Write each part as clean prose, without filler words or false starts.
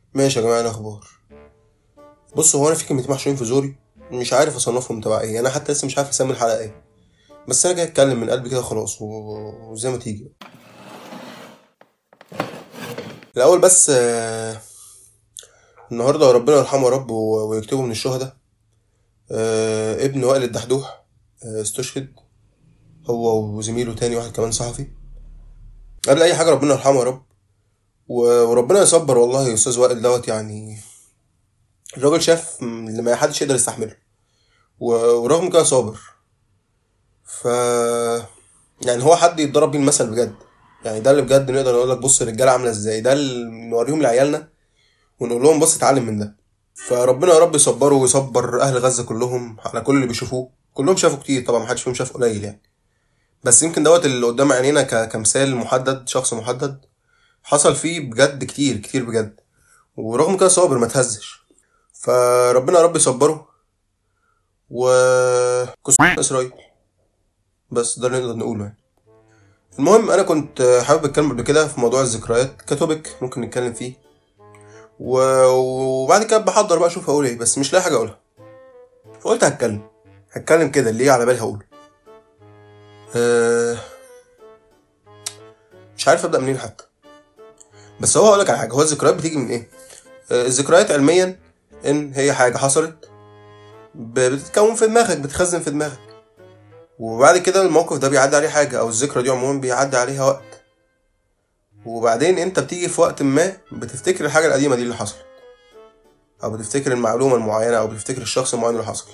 ماشي يا جماعة، إيه الأخبار؟ بصوا، هو أنا في كلمتين محشورين في زوري، مش عارف أصنفهم تبع إيه. أنا حتى لسه مش عارف أسمي الحلقة إيه. بس أنا جاي أتكلم من قلبي كده خلاص وزي ما تيجي. الأول بس النهاردة ربنا يرحمه يا رب ويكتبه من الشهداء. ابن وائل الدحدوح استشهد، هو وزميله تاني واحد كمان صحفي. قبل أي حاجة ربنا يرحمه يا رب، وربنا يصبر والله يا أستاذ وائل دوت يعني. الراجل شاف اللي ما حدش يقدر يستحمله، ورغم كده صابر. ف يعني هو حد يتضرب بيه المثل بجد. يعني ده اللي بجد نقدر نقول لك بص الرجاله عامله ازاي، ده اللي نوريهم لعيالنا ونقول لهم بص اتعلم من ده. فربنا يا رب يصبره ويصبر اهل غزه كلهم على كل اللي بيشوفوه. كلهم شافوا كتير طبعا، محدش فيهم شاف قليل يعني. بس يمكن دوت اللي قدام عينينا كمثال محدد، شخص محدد حصل فيه بجد كتير كتير بجد. ورغم كده صابر ما تهزش. فربنا يا رب يصبره و اسرائيل. بس ده اللي نقدر نقوله يعني. المهم انا كنت حابب اتكلم قبل كده في موضوع الذكريات كتوبك ممكن نتكلم فيه. وبعد كده بحضر بقى اشوف هقول ايه، بس مش لاقي حاجه اقولها. فقلت هتكلم كده اللي على بالي هقوله. أه مش عارف ابدا منين حتى. بس هو هقول لك على حاجه، هو الذكريات بتيجي من ايه؟ الذكريات علميا ان هي حاجه حصلت بتتكون في دماغك، بتخزن في دماغك. وبعد كده الموقف ده بيعدي عليه حاجه، او الذكرى دي عموما بيعدي عليها وقت. وبعدين انت بتيجي في وقت ما بتفتكر الحاجه القديمه دي اللي حصلت، او بتفتكر المعلومه المعينه، او بتفتكر الشخص المعين اللي حصل.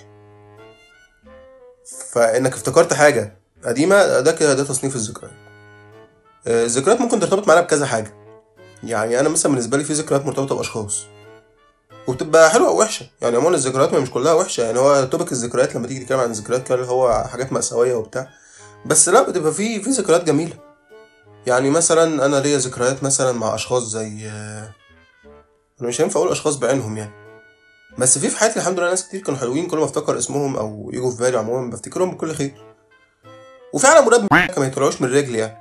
فانك افتكرت حاجه قديمه ده كده، ده تصنيف الذكريات. الذكريات ممكن ترتبط معانا بكذا حاجه. يعني انا مثلا بالنسبه لي في ذكريات مرتبطه باشخاص، وبتبقى حلوه او وحشه. يعني عموما الذكريات مش كلها وحشه. يعني هو توبك الذكريات لما تيجي تتكلم عن الذكريات كده هو حاجات مأساويه وبتاع. بس لا، بتبقى في ذكريات جميله. يعني مثلا انا ليا ذكريات مثلا مع اشخاص زي انا مش هينفع اقول اشخاص بعينهم يعني. بس في حياتي الحمد لله ناس كتير كانوا حلوين، كل ما افتكر اسمهم او يجوا في بالي عموما بفتكرهم بكل خير. وفعلا مراد ما يطلعوش من رجلي يعني.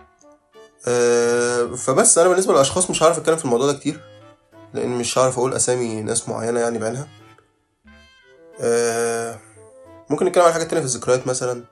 فبس انا بالنسبه للاشخاص مش عارف اتكلم في الموضوع ده كتير، لان مش عارف اقول اسامي ناس معينه يعني بعينها. أه ممكن نتكلم عن حاجات تانية في الذكريات مثلا.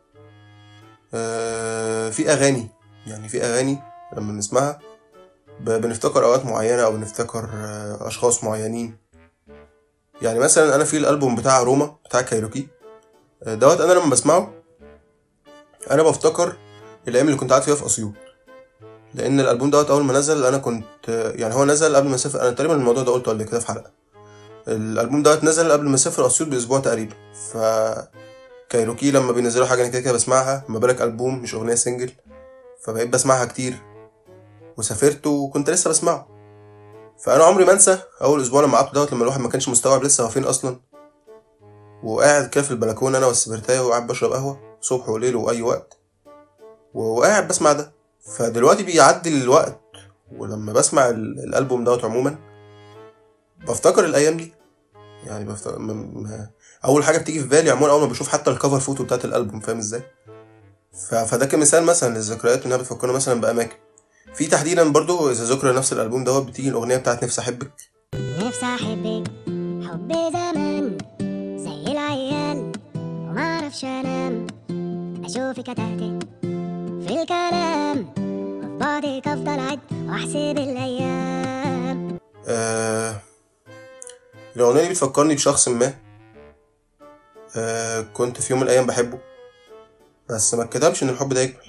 في اغاني. يعني في اغاني لما بنسمعها بنفتكر اوقات معينه، او بنفتكر اشخاص معينين. يعني مثلا انا في الالبوم بتاع روما بتاع كايروكي دوت، انا لما بسمعه انا بفتكر الايام اللي كنت قاعد فيها في اسيوط. لان الالبوم دوت اول ما نزل انا كنت يعني هو نزل قبل ما اسافر. انا تقريبا الموضوع ده قلته قبل كده في حلقه. الالبوم دوت نزل قبل ما اسافر اسيوط باسبوع تقريبا. ف كايروكي لما بينزلوا حاجه انا كده كده بسمعها، ما بالك البوم مش اغنيه سنجل. فبقيت بسمعها كتير، وسافرت وكنت لسه بسمعه. فانا عمري ما انسى اول اسبوع لما قعدت دوت، لما الواحد ما كانش مستوعب لسه هو فين اصلا. وقاعد كده في البلكونه انا والسبرتايه، وقاعد بشرب قهوه صبح وليل واي وقت، وقاعد بسمع ده. فدلوقتي بيعدي الوقت، ولما بسمع الالبوم دوت عموما بفتكر الايام دي. يعني اول حاجه بتيجي في بالي عموما اول ما بشوف حتى الكفر فوتو بتاعت الالبوم، فاهم ازاي؟ فده كمثال مثلا للذكريات، انها بتفكرنا مثلا باماكن. في تحديدا برضو اذا ذكر نفس الالبوم دوت بتيجي الاغنيه بتاعت نفسي احبك. نفسي احبك حب زمان زي العيال، ومعرفش انام اشوفك اتهتك في الكلام، وفي بعدك افضل اعد واحسب الايام. الاغنيه دي بتفكرني بشخص ما. كنت في يوم من الايام بحبه، بس ما اتكتبش ان الحب ده يكمل.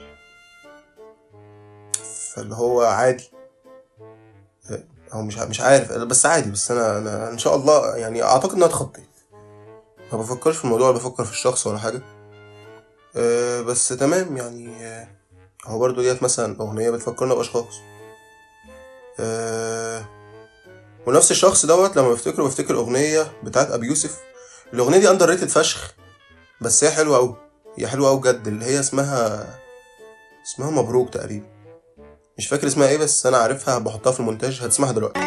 فاللي هو عادي. او مش عارف، بس عادي. بس انا ان شاء الله يعني اعتقد ان انا اتخطيت. ما بفكرش في الموضوع، بفكر في الشخص ولا حاجه. بس تمام يعني. هو برضو ديت مثلا اغنيه بتفكرنا باشخاص. أه ونفس الشخص دوت لما بفتكر اغنيه بتاعت ابي يوسف. الاغنيه دي اندر ريتد فشخ، بس هي حلوه قوي. هي حلوه قوي بجد، اللي هي اسمها مبروك تقريبا. مش فاكر اسمها ايه، بس انا عارفها بحطها في المونتاج هتسمعها دلوقتي.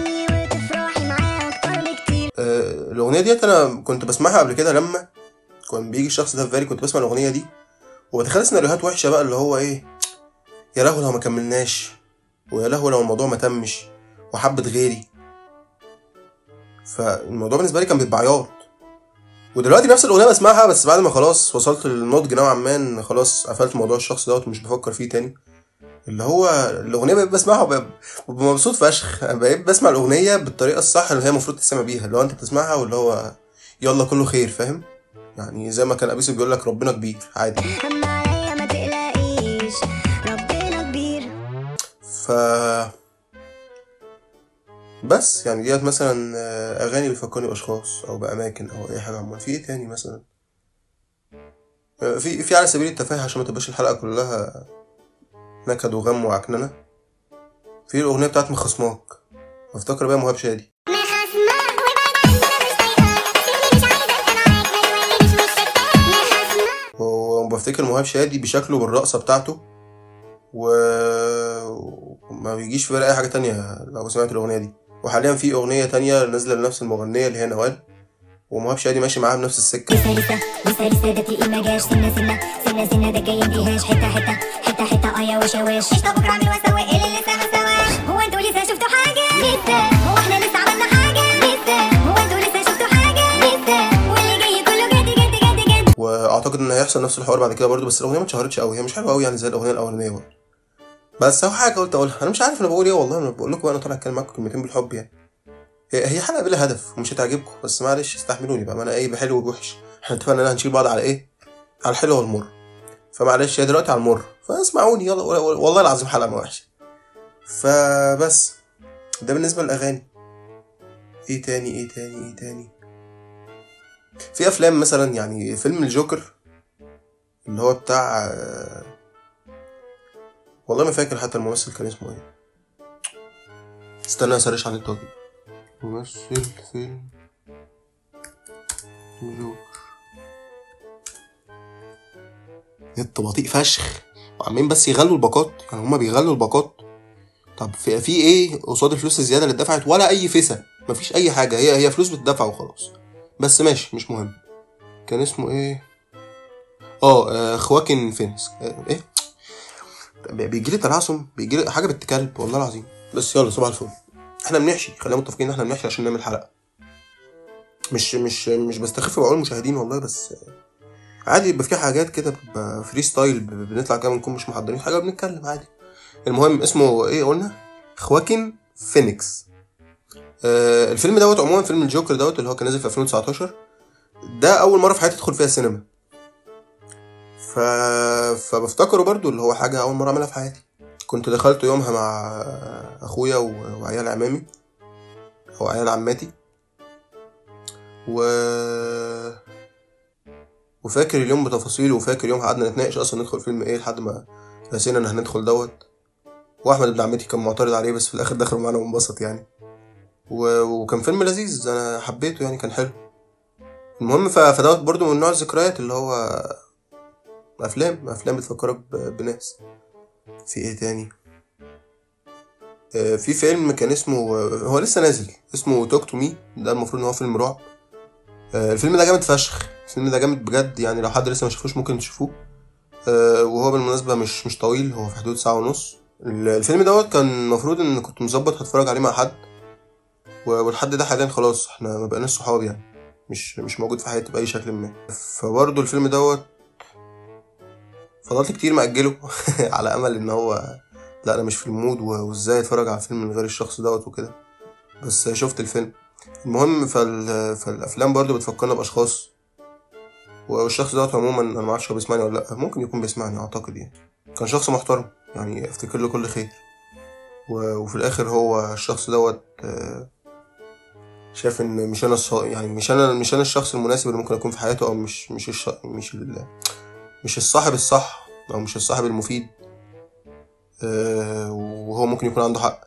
الاغنيه ديت انا كنت بسمعها قبل كده لما كان بيجي الشخص ده في بالي كنت بسمع الاغنيه دي وبتخيل سيناريوهات وحشه بقى، اللي هو ايه، يا لهوي لو ما كملناش، ويا لهوي لو الموضوع ما تمش وحبت غيري. فالموضوع بالنسبه لي كان بيبقى عياط. ودلوقتي نفس الاغنيه بسمعها بس بعد ما خلاص وصلت للنضج نوعا ما، ان خلاص قفلت موضوع الشخص دوت ومش بفكر فيه تاني. اللي هو الاغنيه بقيت بسمعها وببقى مبسوط فشخ. بقيت بسمع الاغنيه بالطريقه الصح اللي هي المفروض تسمع بيها، اللي هو انت بتسمعها واللي هو يلا كله خير، فاهم؟ يعني زي ما كان ابيس بيقول لك ربنا كبير عادي. هم عليا ما تقلقيش ربنا كبير. ف بس يعني ديت مثلا اغاني بتفكرني باشخاص او باماكن او اي حاجه عموما. في ايه تاني مثلا؟ في على سبيل التفاهه عشان ما تبقاش الحلقه كلها نكد وغم وعكننه، في الاغنيه بتاعت مخصماك، افتكر بيها مهاب شادي. وبفتكر مهاب شادي بشكله بالرقصه بتاعته وما بيجيش في بالي اي حاجه تانية لو سمعت الاغنيه دي. وحاليا في اغنيه تانية نازله لنفس المغنيه اللي هي نوال، ومهاب شادي ماشي معاها بنفس السكه. لسه ده تقيل ما جاش، سنة ده جاي اندهاش، حتة ايا وشواش، قشطة بكره اعمل واسوي اللي لسه ما سواش. هو انتوا لسه شفتوا حاجة؟ لسه. هو احنا لسه عملنا حاجة؟ لسه. هو انتوا لسه شفتوا حاجة؟ لسه. واللي جاي كله جد. واعتقد ان هيحصل نفس الحوار بعد كده برضو، بس الاغنيه ما اتشهرتش قوي، هي مش حلوه قوي يعني زي الاغنيه الاولانيه برضو. بس هو حاجه قلت اقولها، انا مش عارف انا بقول ايه والله، انا بقول لكم انا طالع اتكلم معاكم كلمتين بالحب يعني. هي حلقه بلا هدف ومش هتعجبكم، بس معلش استحملوني بقى، ما انا ايه بحلو وبوحش، احنا اتفقنا ان هنشيل بعض على ايه، على الحلو والمر، فمعلش هي دلوقتي على المر، فاسمعوني يلا. والله العظيم حلقه ما وحشه. فبس ده بالنسبه للاغاني. ايه تاني؟ في افلام مثلا، يعني فيلم الجوكر اللي هو بتاع والله ما فاكر حتى الممثل كان اسمه ايه، استنى اسرش على التوجيه. ممثل فيلم الجوكر نت بطيء فشخ، وعمالين بس يغلوا الباقات، يعني هما بيغلوا الباقات. طب في ايه قصاد الفلوس الزياده اللي اتدفعت؟ ولا اي فيسه، مفيش اي حاجه، هي فلوس بتدفع وخلاص. بس ماشي مش مهم. كان اسمه ايه؟ خواكين فينيكس. ايه بيجيلي تلعثم، بيجيلي حاجه بنت كلب والله العظيم. بس يلا صباح الفل، احنا بنحشي، خلينا متفقين ان احنا بنحشي عشان نعمل حلقه. مش بستخف بقول المشاهدين والله، بس عادي يبقى في حاجات كده بتبقى فري ستايل، بنطلع كده بنكون مش محضرين حاجه وبنتكلم عادي. المهم اسمه ايه قلنا؟ خواكين فينيكس. الفيلم دوت عموما فيلم الجوكر دوت اللي هو كان نازل في 2019، ده اول مره في حياتي ادخل فيها السينما. فبفتكره برضو اللي هو حاجه اول مره اعملها في حياتي. كنت دخلت يومها مع اخويا وعيال عمامي او عيال عماتي وفاكر اليوم بتفاصيله، وفاكر يوم قعدنا نتناقش اصلا ندخل فيلم ايه لحد ما رسينا ان هندخل دوت. واحمد ابن عمتي كان معترض عليه بس في الاخر دخلوا معانا وانبسط يعني. وكان فيلم لذيذ انا حبيته يعني، كان حلو. المهم فدوت برضو من نوع الذكريات اللي هو افلام بتفكرك بناس. في ايه تاني؟ في فيلم كان اسمه هو لسه نازل اسمه توك تو مي، ده المفروض ان هو فيلم رعب. الفيلم ده جامد فشخ، الفيلم ده جامد بجد يعني، لو حد لسه ما شافوش ممكن تشوفوه. وهو بالمناسبة مش طويل، هو في حدود ساعة ونص. الفيلم دوت كان المفروض ان كنت مظبط هتفرج عليه مع حد، والحد ده حاليا خلاص احنا ما بقناش صحاب يعني، مش موجود في حياتي بأي شكل ما. فبرضه الفيلم دوت فضلت كتير مأجله على امل ان هو لا انا مش في المود وازاي اتفرج على فيلم من غير الشخص دوت وكده، بس شفت الفيلم. المهم فالافلام برضه بتفكرنا باشخاص، والشخص دوت عموما انا ما اعرفش هو بيسمعني ولا لا، ممكن يكون بيسمعني اعتقد يعني، كان شخص محترم يعني افتكر له كل خير. وفي الاخر هو الشخص دوت شايف ان مش انا يعني مش انا الشخص المناسب اللي ممكن اكون في حياته، او مش الصاحب الصح، او مش الصاحب المفيد. وهو ممكن يكون عنده حق،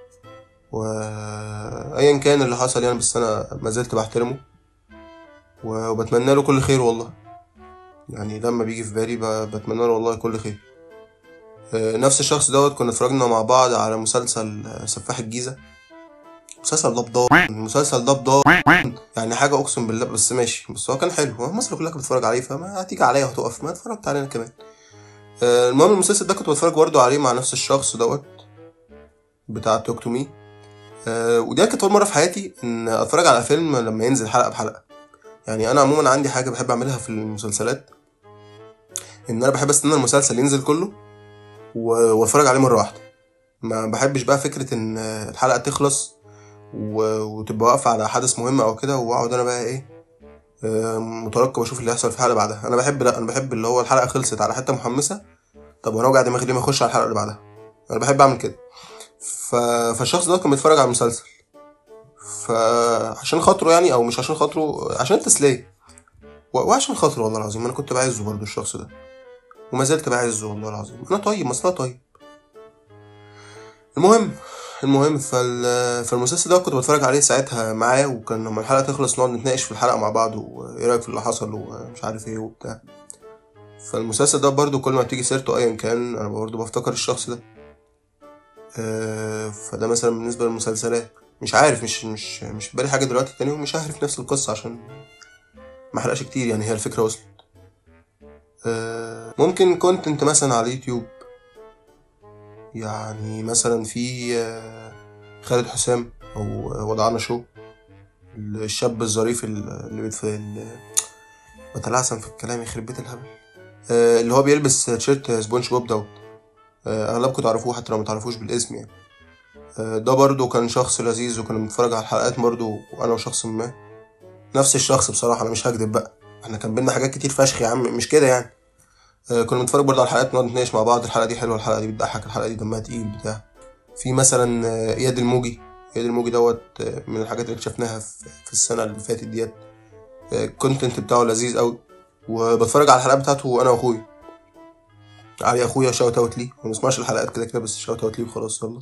وايا كان اللي حصل يعني، بس انا ما زلت بحترمه وبتمنى له كل خير والله يعني، لما بيجي في بالي بتمنى له والله كل خير. نفس الشخص دوت كنا اتفرجنا مع بعض على مسلسل سفاح الجيزة المسلسل ده بضاع يعني حاجه اقسم بالله، بس ماشي، بس هو كان حلو، مصر كلها كانت بتتفرج عليه، فما هتيجي عليا وهتقف، ما اتفرجت علينا كمان. المهم المسلسل ده كنت بتفرج برضه عليه مع نفس الشخص دوت بتاع توك تو مي. ودي كانت اول مره في حياتي ان اتفرج على فيلم لما ينزل حلقه بحلقه. يعني انا عموما عندي حاجه بحب اعملها في المسلسلات، ان انا بحب استنى المسلسل ينزل كله واتفرج عليه مره واحده. ما بحبش بقى فكره ان الحلقه تخلص وتبقى واقفه على حدث مهم او كده، واقعد انا بقى ايه مترقب اشوف اللي هيحصل في الحلقه بعدها. انا بحب اللي هو الحلقه خلصت على حته محمسه، طب وانا وجع دماغي ليه ما اخش على الحلقه اللي بعدها؟ انا بحب اعمل كده. فالشخص ده كان بيتفرج على المسلسل فعشان خاطره يعني، او مش عشان خاطره، عشان التسليه وعشان خاطره والله العظيم انا كنت بعزه برضو الشخص ده، وما زلت بعزه والله العظيم. انا طيب، مصلحه طيب. المهم فالمسلسل ده كنت بتفرج عليه ساعتها معاه، وكان لما الحلقه تخلص نقعد نتناقش في الحلقه مع بعض، وايه رايك في اللي حصل ومش عارف ايه وبتاع. فالمسلسل ده برضو كل ما بتيجي سيرته ايا كان انا برضو بفتكر الشخص ده. فده مثلا بالنسبه للمسلسلات. مش عارف، مش في بالي حاجه دلوقتي تاني، ومش هعرف نفس القصه عشان ما احرقش كتير يعني، هي الفكره وصلت. ممكن كونتنت مثلا على اليوتيوب، يعني مثلا في خالد حسام او وضعنا شو، الشاب الظريف اللي بتلعثم في الكلام يخرب بيت الهبل، اللي هو بيلبس تيشيرت سبونج بوب دوت. اغلبكم تعرفوه حتى لو متعرفوش بالاسم يعني. ده برضو كان شخص لذيذ، وكنا بنتفرج على الحلقات برضو وانا وشخص ما، نفس الشخص بصراحه، انا مش هكدب بقى، احنا كان بينا حاجات كتير فشخ يا عم، مش كده يعني. كنا بنتفرج برضو على الحلقات، نقعد نتناقش مع بعض، الحلقه دي حلوه، الحلقه دي بتضحك، الحلقه دي دمها تقيل بتاع. في مثلا اياد الموجي دوت، من الحاجات اللي اكتشفناها في السنه اللي فاتت ديت. الكونتنت بتاعه لذيذ قوي، وبتفرج على الحلقات بتاعته انا واخويا علي، اخويا شاوت اوت ليه، ما بسمعش الحلقات كده بس شاوت اوت ليه وخلاص يلا.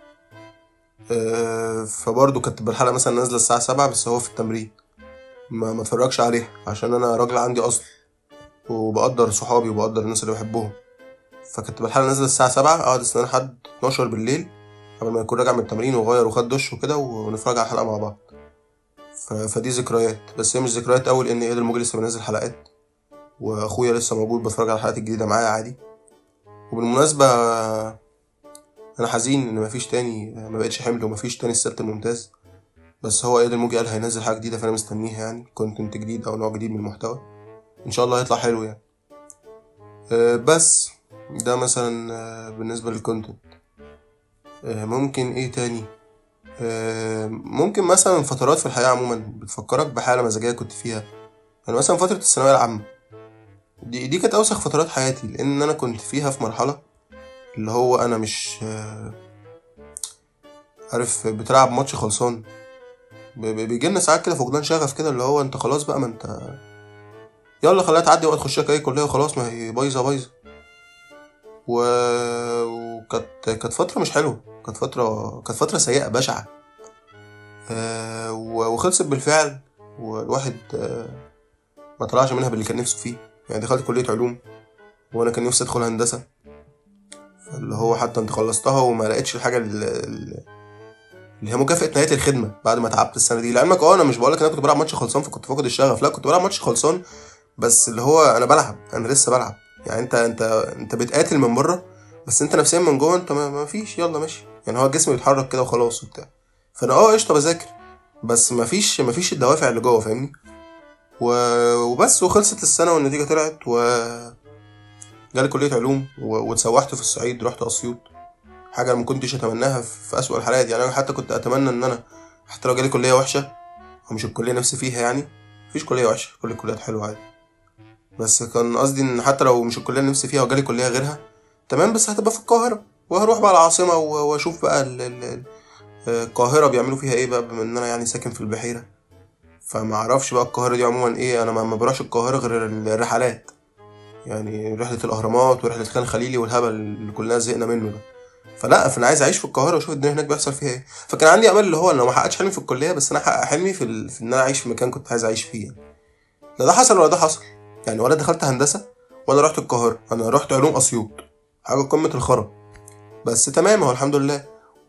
فبرضه كانت الحلقه مثلا نازله الساعه 7 بس هو في التمرين، ما اتفرجش عليها عشان انا راجل عندي اصل، وبقدر صحابي وبقدر الناس اللي بحبهم. فكانت الحلقه نازله الساعه 7، اقعد استنى لحد 12 بالليل قبل ما يكون راجع من التمرين وغير وخد دش وكده، ونتفرج على الحلقه مع بعض. فدي ذكريات، بس هي مش ذكريات قوي لان اياد الموجي لسه بينزل حلقات، واخويا لسه موجود بتفرج على الحلقات الجديده معايا عادي. وبالمناسبه انا حزين ان مفيش تاني، ما بقتش حمل ومفيش تاني السبت الممتاز، بس هو اياد الموجي قال هينزل حاجه جديده فانا مستنيها يعني، كونتنت جديد او نوع جديد من المحتوى، ان شاء الله هيطلع حلو يعني. بس ده مثلا بالنسبه للكونتنت. ممكن ايه تاني؟ ممكن مثلا فترات في الحياه عموما بتفكرك بحاله مزاجيه كنت فيها، يعني مثلا فتره الثانويه العامه دي كانت اوسخ فترات حياتي، لان انا كنت فيها في مرحله اللي هو انا مش عارف، بتلعب ماتش خلصان، بيجيلنا ساعات كده فقدان شغف كده، اللي هو انت خلاص بقى، ما انت يلا خليها تعدي وقت تخشك اي كليه وخلاص، ما هي بايظه. وكانت فتره مش حلوه، كانت فتره سيئه بشعه. وخلصت بالفعل، والواحد ما طلعش منها باللي كان نفسه فيه. يعني دخلت كليه علوم وانا كان نفسي ادخل هندسه، اللي هو حتى انت خلصتها وما لقيتش الحاجه اللي هي مكافاه نهايه الخدمه بعد ما تعبت السنه دي. لعلمك انا مش بقولك انا كنت بلعب ماتش خلصان فكنت فاقد الشغف، لا كنت بلعب ماتش خلصان بس اللي هو انا بلعب، انا لسه بلعب يعني. انت بتقاتل من بره، بس انت نفسيا من جوه انت ما فيش، يلا ماشي يعني، هو الجسم بيتحرك كده وخلاص وبتاع. فانا قشطه بذاكر، بس ما فيش الدوافع اللي جوه، فاهمني. وبس، وخلصت السنه والنتيجه طلعت، جالي كليه علوم واتسوحت في الصعيد، رحت اسيوط، حاجه ما كنتش اتمناها في اسوأ الحالات يعني. انا حتى كنت اتمنى ان انا حتى لو جالي كليه وحشه او مش الكليه نفسي فيها يعني، مفيش كليه وحشه، كل الكليات حلوه عادي، بس كان قصدي ان حتى لو مش الكليه اللي نفسي فيها وجالي كليه غيرها تمام، بس هتبقى في القاهره، وهروح بقى العاصمه واشوف بقى القاهره بيعملوا فيها ايه بقى، بما ان انا يعني ساكن في البحيره، فما اعرفش بقى القاهره دي عموما ايه. انا ما بروحش القاهره غير الرحلات، يعني رحله الاهرامات ورحله خان خليلي والهبل اللي كلنا زهقنا منه ده. فانا عايز اعيش في القاهره واشوف الدنيا هناك بيحصل فيها ايه. فكان عندي امل اللي هو لو ما حققتش حلمي في الكليه، بس انا احقق حلمي في ان انا اعيش في مكان كنت عايز اعيش فيه يعني. لا ده حصل ولا ده حصل يعني، ولا دخلت هندسه ولا رحت القاهره، انا رحت علوم اسيوط، حاجه قمه الخرا، بس تمام اهو الحمد لله.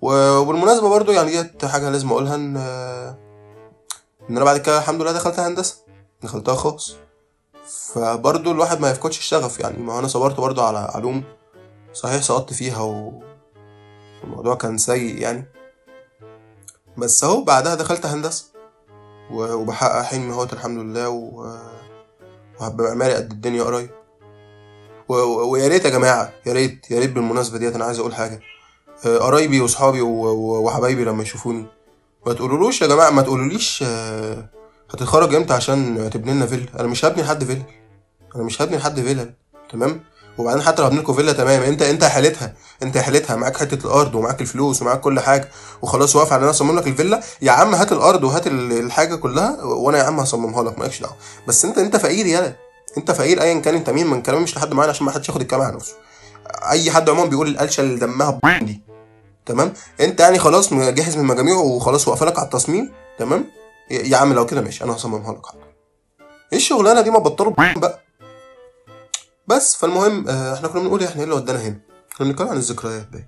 وبالمناسبه برضو يعني ديت حاجه لازم اقولها، ان انا بعد كده الحمد لله دخلت هندسه، دخلتها خاص. فبرضو الواحد ما يفقدش الشغف يعني. ما انا صبرت برضو على علوم، صحيح سقطت فيها والموضوع كان سيء يعني، بس اهو بعدها دخلت هندسه وبحقق حلمي اهوت الحمد لله، وهبقى معماري قد الدنيا قريب. ويا ريت يا جماعه، يا ريت بالمناسبه ديت انا عايز اقول حاجه. قرايبي واصحابي وحبايبي لما يشوفوني ما تقولولوش يا جماعه، ما تقولوليش هتتخرج امتى عشان تبني لنا فيلا. انا مش هبني لحد فيلا، انا مش هبني لحد فيلا، تمام. وبعدين حتى لو هبني لكم فيلا تمام، انت حالتها معاك حته الارض ومعاك الفلوس ومعاك كل حاجه وخلاص، واقف على انا اصمم لك الفيلا. يا عم هات الارض وهات الحاجه كلها وانا يا عم هصممها لك، مالكش دعوه. بس انت فقير يالا، انت فقير ايا كان انت مين. من كلامي مش لحد معين عشان ما حدش ياخد الكلام على نفسه. اي حد عموما بيقول القلشه اللي دمها دي، تمام. انت يعني خلاص جاهز من مجاميعه وخلاص واقفلك على التصميم، تمام. يا عم لو كده ماشي، انا هصممها لك حاضر. ايه الشغلانه دي؟ ما بطلوا بقى. بس فالمهم احنا كنا بنقول احنا ايه اللي ودانا هنا؟ كنا بنتكلم عن الذكريات باين.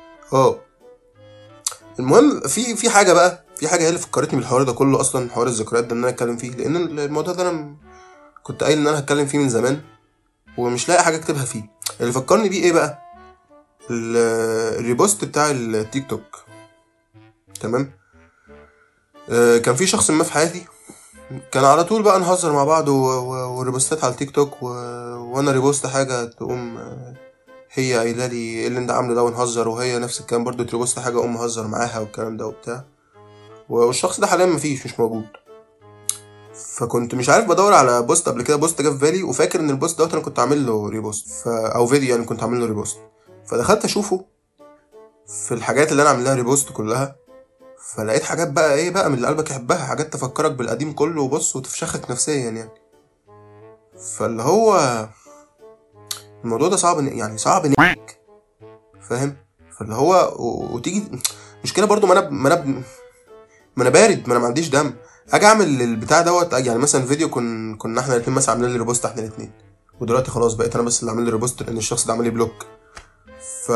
المهم في حاجه بقى، في حاجه هي اللي فكرتني بالحوار ده كله اصلا، حوار الذكريات ده ان انا اتكلم فيه، لان الموضوع ده انا كنت قايل ان انا هتكلم فيه من زمان ومش لاقي حاجه اكتبها فيه. اللي فكرني بيه ايه بقى؟ الريبوست بتاع التيك توك، تمام. كان في شخص ما في حياتي كان على طول بقى نهزر مع بعض وريبوستات على التيك توك وانا ريبوست حاجه تقوم هي قايله لي ايه اللي انت عامله ده ونهزر، وهي نفس الكلام برضو تريبوست حاجه اقوم مهزر معاها والكلام ده وبتاع. والشخص ده حاليا مش موجود. فكنت مش عارف بدور على بوست قبل كده، بوست جه في بالي وفاكر ان البوست دوت انا كنت عامل له ريبوست او فيديو يعني كنت عامل له ريبوست. فدخلت اشوفه في الحاجات اللي انا عامل لها ريبوست كلها، فلقيت حاجات بقى ايه بقى من اللي قلبك يحبها، حاجات تفكرك بالقديم كله وبص وتفشخك نفسيا يعني. فاللي هو الموضوع ده صعب يعني صعب انك فاهم. فاللي هو وتيجي مشكله برضو، ما انا بارد، ما انا ما عنديش دم. اجي اعمل البتاع دوت يعني مثلا فيديو كنا احنا الاثنين مثلا عاملين لي ريبوست احنا الاثنين، ودلوقتي خلاص بقيت انا بس اللي عامل لي ريبوست لان الشخص ده عامل لي بلوك. ف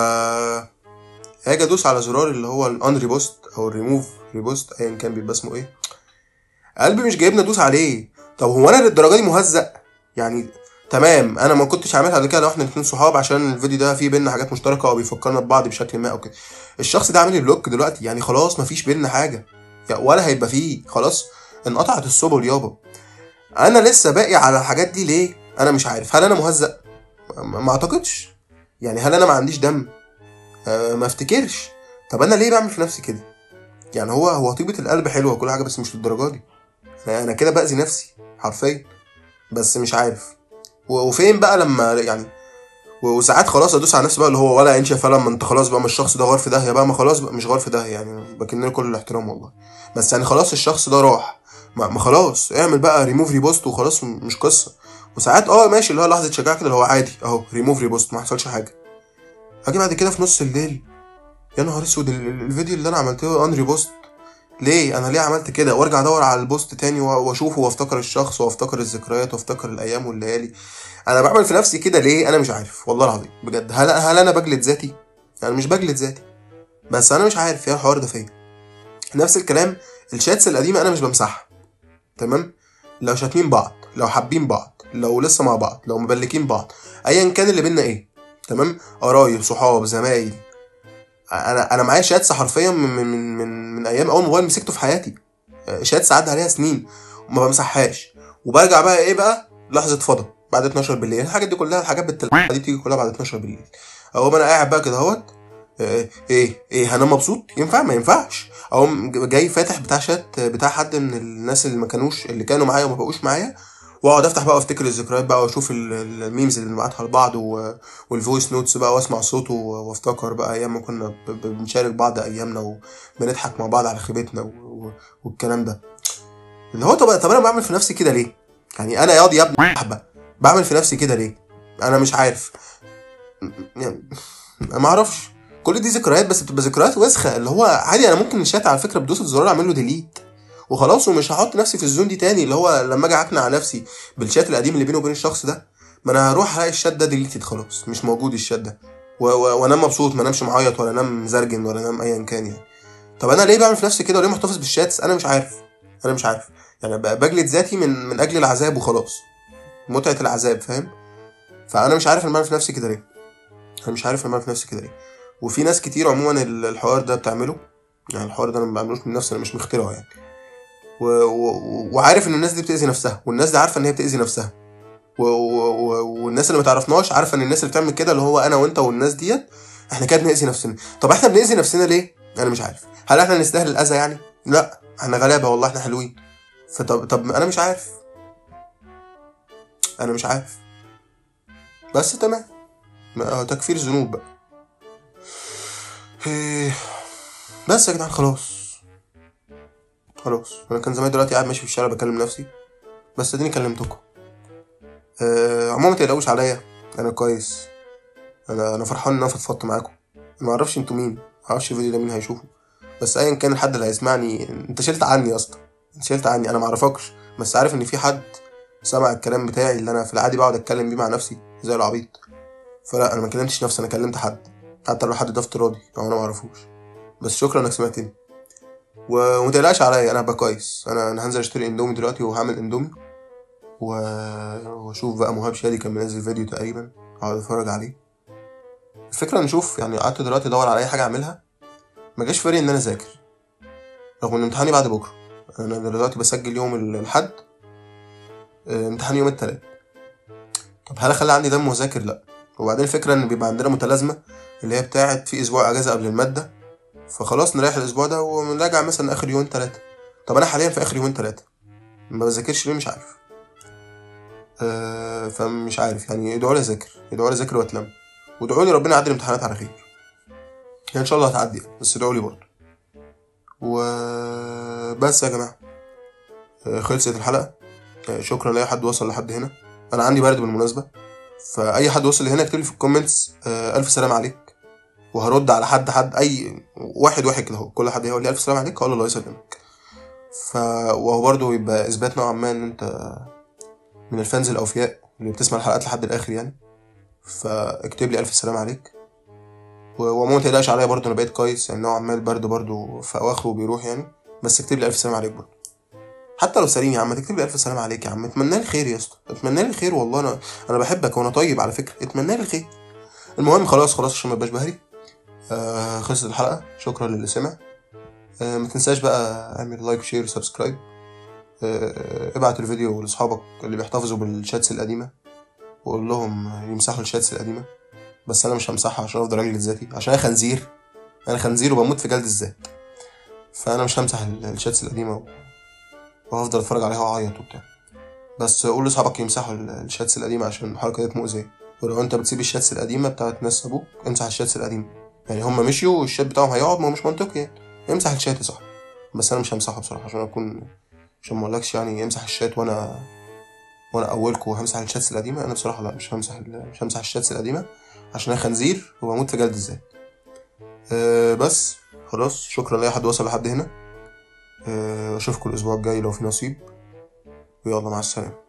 اجي ادوس على زرار اللي هو الان ريبوست او الريموف ريبوست ايا كان بيبقى اسمه ايه، قلبي مش جايبني ادوس عليه. طب هو انا للدرجه دي مهزأ يعني؟ تمام انا ما كنتش عاملها قبل كده لو احنا الاثنين صحاب عشان الفيديو ده فيه بينا حاجات مشتركه او بيفكرنا ببعض بشكل ما او كده. الشخص ده عامل لي بلوك دلوقتي يعني خلاص ما فيش بينا حاجه ولا هيبقى فيه، خلاص انقطعت السبل يابا. انا لسه باقي على الحاجات دي ليه؟ انا مش عارف. هل انا مهزأ؟ ما اعتقدش يعني. هل انا ما عنديش دم؟ ما افتكرش. طب انا ليه بعمل في نفسي كده يعني؟ هو طيبه القلب حلوه وكل حاجه بس مش للدرجه دي. انا كده باذي نفسي حرفيا، بس مش عارف. وفين بقى لما يعني وساعات خلاص ادوس على نفسي بقى اللي هو ولا انشا فلما انت خلاص بقى، مش الشخص ده غار في داهيه بقى، ما خلاص بقى مش غار في داهيه يعني، بكن كل الاحترام والله، بس يعني خلاص الشخص ده راح، ما خلاص اعمل بقى ريموف ريبوست وخلاص مش قصه. وساعات ماشي اللي هو لحظه شجاعه كده اللي هو عادي اهو ريموف ريبوست ما حصلش حاجه. اجي بعد كده في نص الليل يا نهار اسود الفيديو اللي انا عملته ان ريبوست ليه؟ انا ليه عملت كده؟ وارجع ادور على البوست تاني واشوفه وافتكر الشخص وافتكر الذكريات وافتكر الايام والليالي. انا بعمل في نفسي كده ليه؟ انا مش عارف والله العظيم بجد. هل انا بجلد ذاتي؟ يعني مش بجلد ذاتي بس انا مش عارف ايه الحوار ده فيا. نفس الكلام الشاتس القديمه انا مش بمسحها، تمام. لو شاتمين بعض، لو حابين بعض، لو لسه مع بعض، لو مبلكين بعض، ايا كان اللي بينا ايه، تمام. قرايب صحاب زمايل، انا معايا شاتس حرفيا من ايام اول موبايل مسكته في حياتي. شاتس عدى عليها سنين وما بمسحهاش، وبرجع بقى ايه بقى لحظه فضا بعد 12 بالليل. الحاجات دي كلها الحاجات دي بتيجي كلها بعد 12 بالليل. اهو انا قاعد بقى كده اهوت ايه هنام مبسوط؟ ينفع؟ ما ينفعش. او جاي فاتح بتاع شات بتاع حد من الناس اللي كانوا معايا وما بقوش معايا، واقعد افتح بقى وافتكر الذكريات بقى واشوف الميمز اللي بنبعتها لبعض والفويس نوتس بقى واسمع صوته وافتكر بقى ايام ما كنا بنشارك بعض ايامنا وبنضحك مع بعض على خيبتنا والكلام ده. اللي هو طب انا بعمل في نفسي كده ليه؟ يعني انا يا ابني حبه بعمل في نفسي كده ليه؟ انا مش عارف يعني، ما اعرفش. كل دي ذكريات بس بتبقى ذكريات وسخه. اللي هو عادي انا ممكن الشات على فكره بدوس الزرار اعمل له ديليت وخلاص ومش هحط نفسي في الزون دي تاني. اللي هو لما اجي اقنع على نفسي بالشات القديم اللي بيني وبين الشخص ده، ما انا هروح الاقي الشات ده ديليتد خلاص مش موجود الشات ده. وانام مبسوط، ما انامش معيط ولا انام مزرجن ولا انام ايا كان يعني. طب انا ليه بعمل في نفسي كده وليه محتفظ بالشاتس؟ انا مش عارف يعني بجلد ذاتي من اجل العذاب وخلاص، متعه العذاب، فاهم؟ فانا مش عارف انا بعمل في نفسي كده ليه. وفي ناس كتير عموما الحوار ده بتعمله، يعني الحوار ده انا ما بعملوش من نفسي، انا مش مخترعه يعني. وعارف ان الناس دي بتأذي نفسها، والناس دي عارفه ان هي بتأذي نفسها، والناس اللي ما تعرفناش عارفه ان الناس اللي بتعمل كده اللي هو انا وانت والناس ديت احنا كده بنأذي نفسنا. طب احنا بنأذي نفسنا ليه؟ انا مش عارف. هل احنا نستاهل الاذى يعني؟ لا، احنا غلابه والله، احنا حلوين. طب انا مش عارف. بس تمام، تكفير ذنوب بقى. بس يا جدعان خلاص انا كان زمان دلوقتي قاعد ماشي في الشارع بكلم نفسي، بس اديني كلمتكم. عموما ما تقلقوش عليا، انا كويس. انا فرحان ان انا فضفضت معاكم. ما اعرفش انتوا مين، ما اعرفش الفيديو ده مين هيشوفه، بس ايا كان الحد اللي هيسمعني، انت شلت عني يا اسطى، انا ما اعرفكش، بس عارف ان في حد سمع الكلام بتاعي اللي انا في العادي بقعد اتكلم بيه مع نفسي زي العبيط. فلا، انا ما كلمتش نفسي، انا كلمت حد، حتى لو الحد ده افتراضي او انا ما اعرفوش. بس شكرا انك سمعتني، وما تقلقش عليا، انا هبقى كويس. انا هنزل اشتري اندومي دلوقتي وهعمل اندومي واشوف بقى مهاب شادي كان منزل فيديو تقريبا، اقعد اتفرج عليه. الفكره نشوف يعني، قعدت دلوقتي ادور على اي حاجه اعملها، ما جاش فري ان انا اذاكر رغم ان امتحاني بعد بكره. انا دلوقتي بسجل يوم الاحد، امتحاني يوم الثلاث. طب هل اخلي عندي دم واذاكر؟ لا. وبعدين الفكره ان بيبقى عندنا متلازمه اللي هي بتاعت في اسبوع اجازه قبل الماده، فخلاص نريح الاسبوع ده ونراجع مثلا اخر يومين 3. طب انا حاليا في اخر يومين 3 ما بذاكرش ليه؟ مش عارف. فمش عارف يعني. ادعوا لي اذاكر واتلم، وادعوا لي ربنا يعدي الامتحانات على خير يعني، ان شاء الله هتعدي، بس ادعوا لي برضه. وبس يا جماعه، خلصت الحلقه. شكرا لاي حد وصل لحد هنا. انا عندي برد بالمناسبه، فاي حد وصل لهنا اكتب لي في الكومنتس الف سلام عليك، وهرد على حد اي واحد كده اهو، كل حد يقول لي الف سلام عليك اقول له الله يسلمك. وهو برضه يبقى اثبات نوعا ما ان انت من الفانز الاوفياء اللي بتسمع الحلقات لحد الاخر يعني. فاكتب لي الف سلام عليك، وما تقلقش عليا برضه، انا بقيت كويس يعني نوعا ما. البرد برضه في اواخره بيروح يعني، بس اكتب لي الف سلام عليك برضه، حتى لو سليم يا عم تكتب لي الف سلام عليك يا عم. اتمنى لي الخير يا اسطى، اتمنى لي الخير والله، انا بحبك وانا طيب على فكره، اتمنى لي الخير. المهم خلاص عشان ما ابقاش بهري. خلصت الحلقه، شكرا للي سمع. ما تنساش بقى اعمل لايك وشير وسبسكرايب. ابعت الفيديو لاصحابك اللي بيحتفظوا بالشاتس القديمه، وقول لهم يمسحوا الشاتس القديمه. بس انا مش همسحها عشان افضل اجلد ذاتي، عشان انا خنزير وبموت في جلد الذات. فانا مش همسح الشاتس القديمه وهفضل اتفرج عليها واعيط وبتاع. بس قول لاصحابك يمسحوا الشاتس القديمه عشان الحركه دي مؤذيه. ولو انت بتسيب الشاتس القديمه بتاعت ناس ابوك، امسح الشاتس القديمه. يعني هم مشيوا والشات بتاعهم هيقعد، ما هو مش منطقي يعني. امسح الشات يا صاحبي. بس انا مش همسحه بصراحه، عشان ما اقولكش يعني امسح الشات وانا اولكم همسح الشاتس القديمه. انا بصراحه لا، مش همسح الشاتس القديمه عشان انا خنزير وبموت في جلد ازاي. بس خلاص، شكرا لاي حد وصل لحد هنا. اشوفكم الاسبوع الجاي لو في نصيب، ويلا مع السلامه.